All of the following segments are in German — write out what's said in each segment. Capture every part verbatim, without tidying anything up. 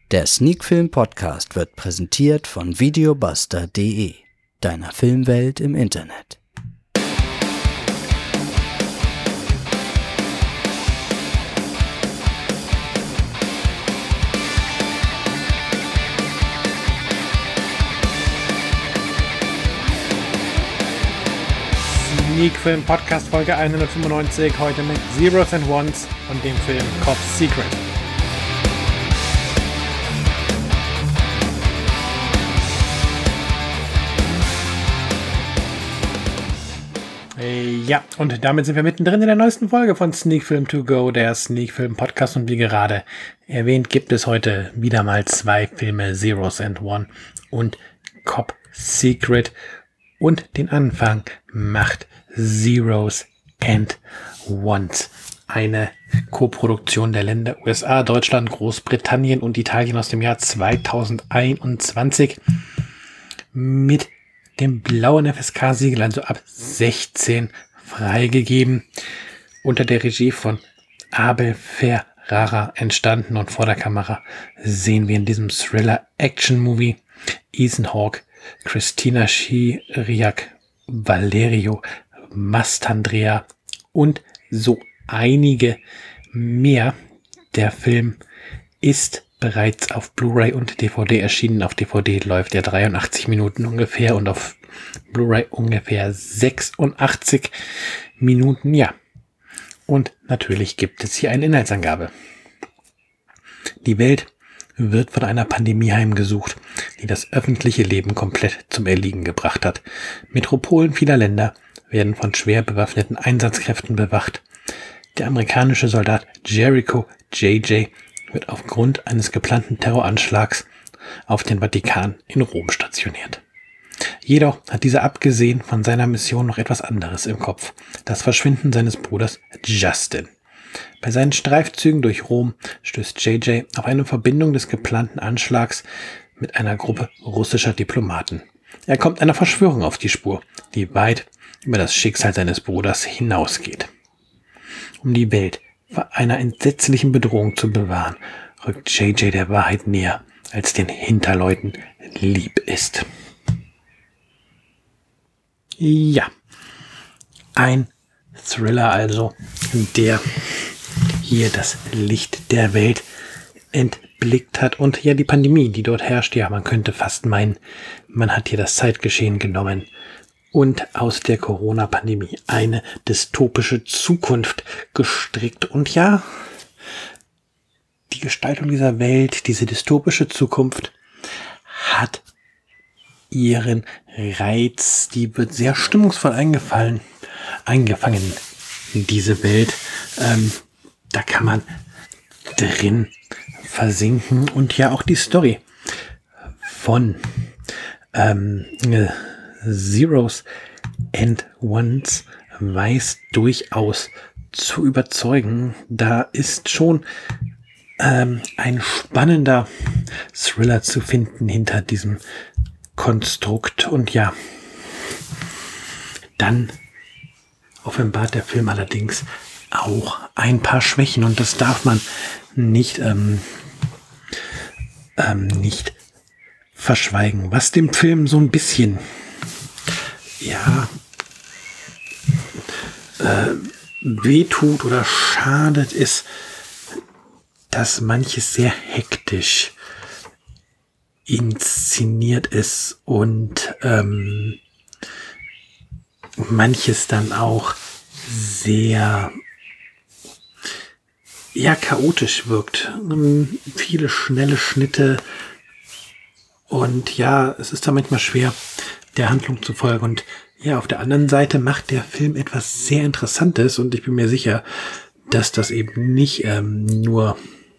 Der Sneakfilm-Podcast wird präsentiert von videobuster punkt de, deiner Filmwelt im Internet. Sneakfilm Podcast Folge hundertfünfundneunzig, heute mit Zeros and Ones und dem Film Top Secret. Ja, und damit sind wir mittendrin in der neuesten Folge von Sneakfilm to go, der Sneakfilm Podcast. Und wie gerade erwähnt, gibt es heute wieder mal zwei Filme, Zeros and One und Top Secret. Und den Anfang macht Zeros and Ones, eine Koproduktion der Länder U S A, Deutschland, Großbritannien und Italien aus dem Jahr zweitausendeinundzwanzig mit dem blauen F S K-Siegel, also ab sechzehn freigegeben, unter der Regie von Abel Ferrara entstanden. Und vor der Kamera sehen wir in diesem Thriller-Action-Movie Ethan Hawke, Christina Chiriac, Valerio Mastandrea und so einige mehr. Der Film ist bereits auf Blu-ray und D V D erschienen. Auf D V D läuft er dreiundachtzig Minuten ungefähr und auf Blu-ray ungefähr sechsundachtzig Minuten. Ja, und natürlich gibt es hier eine Inhaltsangabe. Die Welt wird von einer Pandemie heimgesucht, die das öffentliche Leben komplett zum Erliegen gebracht hat. Metropolen vieler Länder werden von schwer bewaffneten Einsatzkräften bewacht. Der amerikanische Soldat Jericho J J wird aufgrund eines geplanten Terroranschlags auf den Vatikan in Rom stationiert. Jedoch hat dieser abgesehen von seiner Mission noch etwas anderes im Kopf: das Verschwinden seines Bruders Justin. Bei seinen Streifzügen durch Rom stößt J J auf eine Verbindung des geplanten Anschlags mit einer Gruppe russischer Diplomaten. Er kommt einer Verschwörung auf die Spur, die weit über das Schicksal seines Bruders hinausgeht. Um die Welt vor einer entsetzlichen Bedrohung zu bewahren, rückt J J der Wahrheit näher, als den Hinterleuten lieb ist. Ja, ein Thriller also, der hier das Licht der Welt entblickt hat. Und ja, die Pandemie, die dort herrscht, ja, man könnte fast meinen, man hat hier das Zeitgeschehen genommen und aus der Corona-Pandemie eine dystopische Zukunft gestrickt. Und ja, die Gestaltung dieser Welt, diese dystopische Zukunft hat ihren Reiz. Die wird sehr stimmungsvoll eingefallen, eingefangen in diese Welt. Ähm, da kann man drin versinken. Und ja, auch die Story von ähm, Zeros and Ones weiß durchaus zu überzeugen. Da ist schon ähm, ein spannender Thriller zu finden hinter diesem Konstrukt. Und ja, dann offenbart der Film allerdings auch ein paar Schwächen, und das darf man nicht ähm, ähm, nicht verschweigen. Was dem Film so ein bisschen ja äh, wehtut oder schadet, ist, dass manches sehr hektisch inszeniert ist und ähm, manches dann auch sehr ja chaotisch wirkt. Ähm, viele schnelle Schnitte und ja, es ist da manchmal schwer, der Handlung zu folgen. Und ja, auf der anderen Seite macht der Film etwas sehr Interessantes, und ich bin mir sicher, dass das eben nicht ähm, nur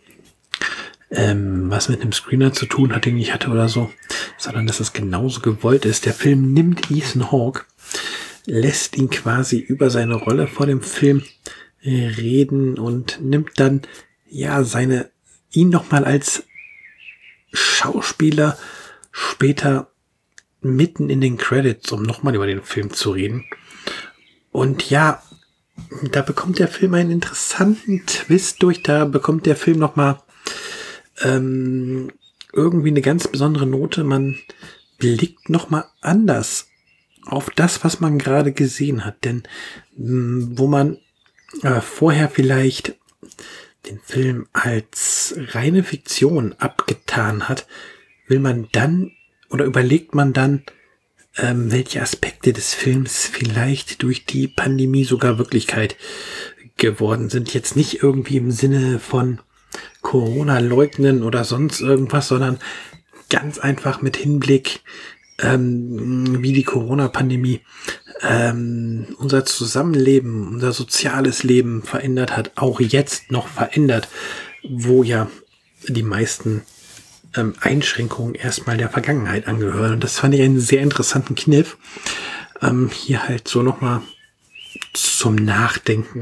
ähm, was mit einem Screener zu tun hat, den ich hatte oder so, sondern dass es genauso gewollt ist. Der Film nimmt Ethan Hawke, lässt ihn quasi über seine Rolle vor dem Film reden und nimmt dann ja seine ihn nochmal als Schauspieler später mitten in den Credits, um nochmal über den Film zu reden. Und ja, da bekommt der Film einen interessanten Twist durch. Da bekommt der Film nochmal ähm, irgendwie eine ganz besondere Note. Man blickt nochmal anders auf das, was man gerade gesehen hat. Denn mh, wo man äh, vorher vielleicht den Film als reine Fiktion abgetan hat, will man dann oder überlegt man dann, ähm, welche Aspekte des Films vielleicht durch die Pandemie sogar Wirklichkeit geworden sind. Jetzt nicht irgendwie im Sinne von Corona leugnen oder sonst irgendwas, sondern ganz einfach mit Hinblick, ähm, wie die Corona-Pandemie ähm, unser Zusammenleben, unser soziales Leben verändert hat, auch jetzt noch verändert, wo ja die meisten ähm, Einschränkungen erstmal der Vergangenheit angehören. Und das fand ich einen sehr interessanten Kniff, ähm, hier halt so nochmal zum Nachdenken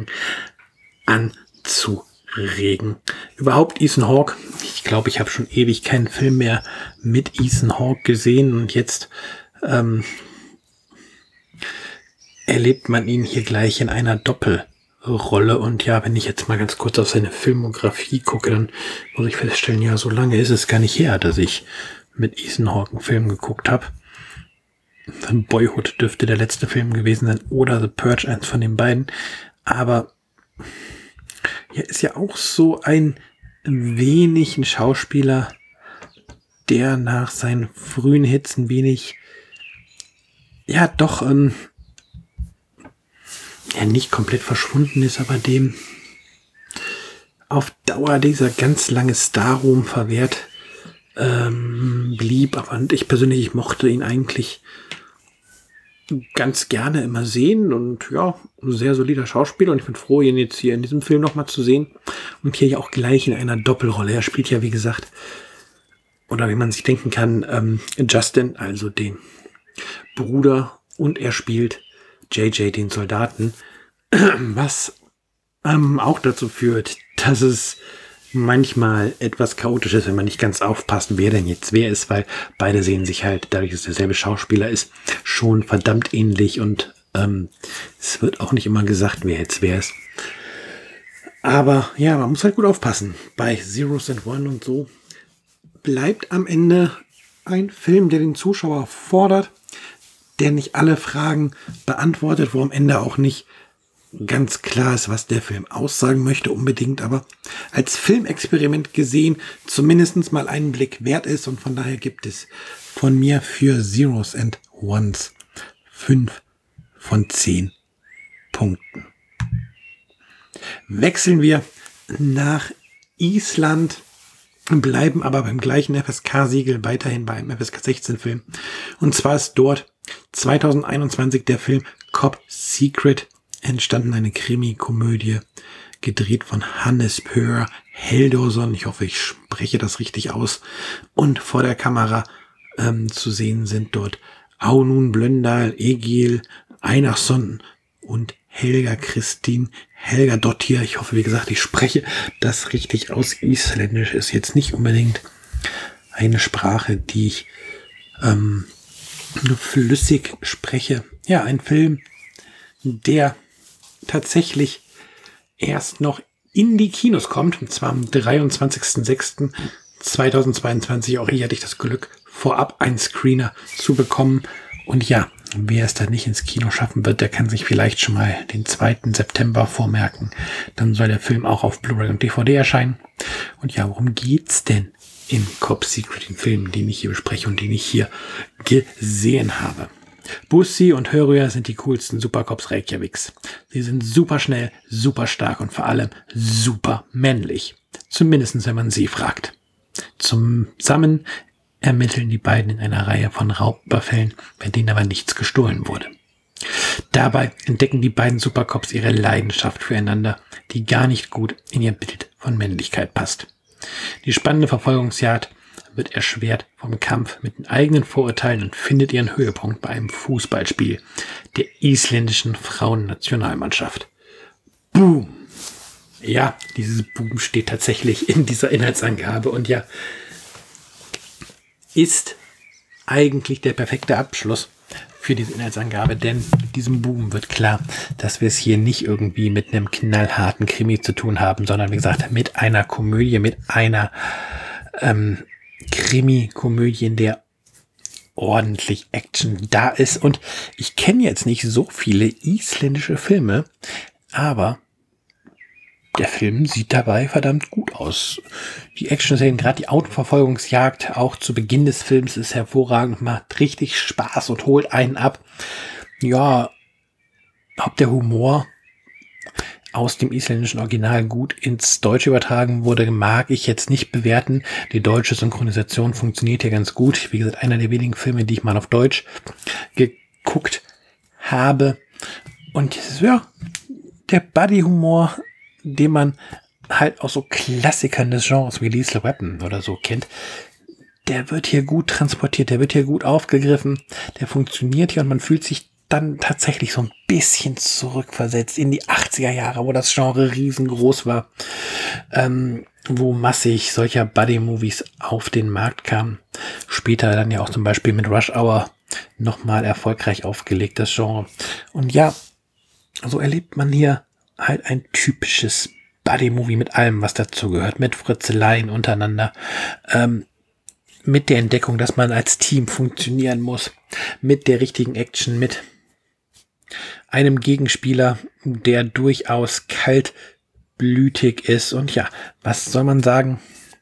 anzuregen. Überhaupt Ethan Hawke. Ich glaube, ich habe schon ewig keinen Film mehr mit Ethan Hawke gesehen und jetzt ähm, erlebt man ihn hier gleich in einer Doppelrolle. Und ja, wenn ich jetzt mal ganz kurz auf seine Filmografie gucke, dann muss ich feststellen, ja, so lange ist es gar nicht her, dass ich mit Ethan Hawke einen Film geguckt habe. Boyhood dürfte der letzte Film gewesen sein oder The Purge, eins von den beiden. Aber er ist ja auch so ein wenig ein Schauspieler, der nach seinen frühen Hits ein wenig, ja doch, ähm, ja nicht komplett verschwunden ist, aber dem auf Dauer dieser ganz lange Starruhm verwehrt ähm, blieb. Aber und ich persönlich, ich mochte ihn eigentlich ganz gerne immer sehen und ja, ein sehr solider Schauspieler und ich bin froh, ihn jetzt hier in diesem Film nochmal zu sehen und hier ja auch gleich in einer Doppelrolle. Er spielt ja, wie gesagt, oder wie man sich denken kann, ähm, Justin, also den Bruder, und er spielt J J, den Soldaten, was ähm, auch dazu führt, dass es manchmal etwas chaotisch ist, wenn man nicht ganz aufpassen, wer denn jetzt wer ist, weil beide sehen sich halt, dadurch, dass es derselbe Schauspieler ist, schon verdammt ähnlich und ähm, es wird auch nicht immer gesagt, wer jetzt wer ist. Aber ja, man muss halt gut aufpassen. Bei Zeros and One und so bleibt am Ende ein Film, der den Zuschauer fordert, der nicht alle Fragen beantwortet, wo am Ende auch nicht ganz klar ist, was der Film aussagen möchte unbedingt, aber als Filmexperiment gesehen zumindest mal einen Blick wert ist und von daher gibt es von mir für Zeros and Ones fünf von zehn Punkten. Wechseln wir nach Island, bleiben aber beim gleichen F S K-Siegel, weiterhin beim F S K sechzehn Film. Und zwar ist dort zwanzig einundzwanzig der Film Cop Secret entstanden, eine Krimi-Komödie, gedreht von Hannes Pör Heldorsson. Ich hoffe, ich spreche das richtig aus. Und vor der Kamera ähm, zu sehen sind dort Aunun Blöndal, Egil Einarsson und Helga Kristin Helga Dottir. Ich hoffe, wie gesagt, ich spreche das richtig aus. Isländisch ist jetzt nicht unbedingt eine Sprache, die ich ähm, flüssig spreche. Ja, ein Film, der tatsächlich erst noch in die Kinos kommt, und zwar am dreiundzwanzigsten sechsten zweitausendzweiundzwanzig. Auch hier hatte ich das Glück, vorab einen Screener zu bekommen. Und ja, wer es da nicht ins Kino schaffen wird, der kann sich vielleicht schon mal den zweiten September vormerken. Dann soll der Film auch auf Blu-ray und D V D erscheinen. Und ja, worum geht's denn in Cop Secret, den Film, den ich hier bespreche und den ich hier gesehen habe? Bussi und Hörrühr sind die coolsten Supercops Reykjaviks. Sie sind super schnell, super stark und vor allem super männlich. Zumindest wenn man sie fragt. Zusammen ermitteln die beiden in einer Reihe von Raubüberfällen, bei denen aber nichts gestohlen wurde. Dabei entdecken die beiden Supercops ihre Leidenschaft füreinander, die gar nicht gut in ihr Bild von Männlichkeit passt. Die spannende Verfolgungsjagd wird erschwert vom Kampf mit den eigenen Vorurteilen und findet ihren Höhepunkt bei einem Fußballspiel der isländischen Frauennationalmannschaft. Boom! Ja, dieses Boom steht tatsächlich in dieser Inhaltsangabe und ja, ist eigentlich der perfekte Abschluss für diese Inhaltsangabe, denn mit diesem Boom wird klar, dass wir es hier nicht irgendwie mit einem knallharten Krimi zu tun haben, sondern wie gesagt mit einer Komödie, mit einer ähm, Krimi-Komödie, in der ordentlich Action da ist. Und ich kenne jetzt nicht so viele isländische Filme, aber der Film sieht dabei verdammt gut aus. Die Action-Szenen, gerade die Autoverfolgungsjagd, auch zu Beginn des Films, ist hervorragend, macht richtig Spaß und holt einen ab. Ja, ob der Humor aus dem isländischen Original gut ins Deutsche übertragen wurde, mag ich jetzt nicht bewerten. Die deutsche Synchronisation funktioniert hier ganz gut. Wie gesagt, einer der wenigen Filme, die ich mal auf Deutsch geguckt habe. Und ja, der Buddy-Humor, den man halt aus so Klassikern des Genres wie Lethal Weapon oder so kennt, der wird hier gut transportiert, der wird hier gut aufgegriffen, der funktioniert hier und man fühlt sich dann tatsächlich so ein bisschen zurückversetzt in die achtziger Jahre, wo das Genre riesengroß war, ähm, wo massig solcher Buddy-Movies auf den Markt kamen. Später dann ja auch zum Beispiel mit Rush Hour nochmal erfolgreich aufgelegt, das Genre. Und ja, so erlebt man hier halt ein typisches Buddy-Movie mit allem, was dazu gehört, mit Fritzeleien untereinander, ähm, mit der Entdeckung, dass man als Team funktionieren muss, mit der richtigen Action, mit einem Gegenspieler, der durchaus kaltblütig ist. Und ja, was soll man sagen?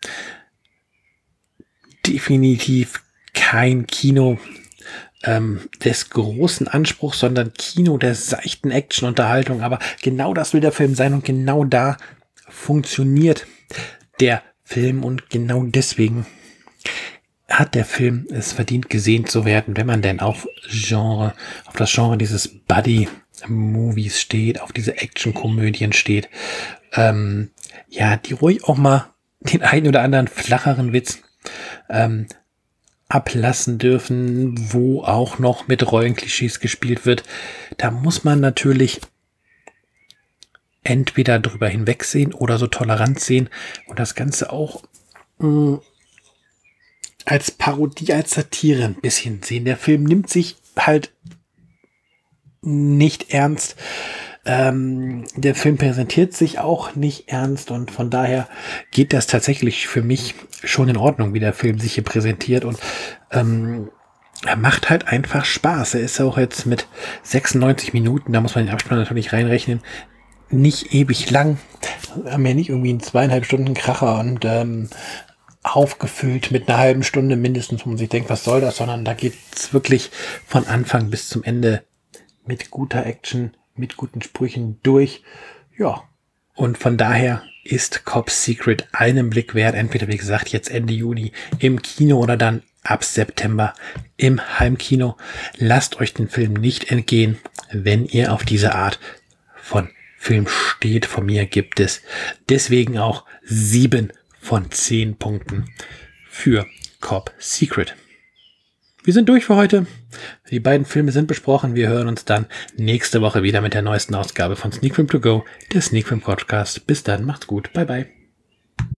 Definitiv kein Kino ähm, des großen Anspruchs, sondern Kino der seichten Action-Unterhaltung. Aber genau das will der Film sein und genau da funktioniert der Film und genau deswegen hat der Film es verdient, gesehen zu werden, wenn man denn auf Genre, auf das Genre dieses Buddy-Movies steht, auf diese Action-Komödien steht, ähm, ja, die ruhig auch mal den einen oder anderen flacheren Witz ähm, ablassen dürfen, wo auch noch mit Rollenklischees gespielt wird. Da muss man natürlich entweder drüber hinwegsehen oder so tolerant sehen und das Ganze auch mh, als Parodie, als Satire ein bisschen sehen. Der Film nimmt sich halt nicht ernst. Ähm, der Film präsentiert sich auch nicht ernst und von daher geht das tatsächlich für mich schon in Ordnung, wie der Film sich hier präsentiert und ähm, er macht halt einfach Spaß. Er ist auch jetzt mit sechsundneunzig Minuten, da muss man den Abspann natürlich reinrechnen, nicht ewig lang. Wir haben ja nicht irgendwie einen zweieinhalb Stunden Kracher und ähm, aufgefüllt mit einer halben Stunde mindestens, wo man sich denkt, was soll das, sondern da geht's wirklich von Anfang bis zum Ende mit guter Action, mit guten Sprüchen durch. Ja, und von daher ist Cop Secret einen Blick wert, entweder wie gesagt jetzt Ende Juni im Kino oder dann ab September im Heimkino. Lasst euch den Film nicht entgehen, wenn ihr auf diese Art von Film steht. Von mir gibt es deswegen auch sieben von zehn Punkten für Cop Secret. Wir sind durch für heute. Die beiden Filme sind besprochen. Wir hören uns dann nächste Woche wieder mit der neuesten Ausgabe von Sneak Film To Go, der Sneak Film Podcast. Bis dann, macht's gut. Bye bye.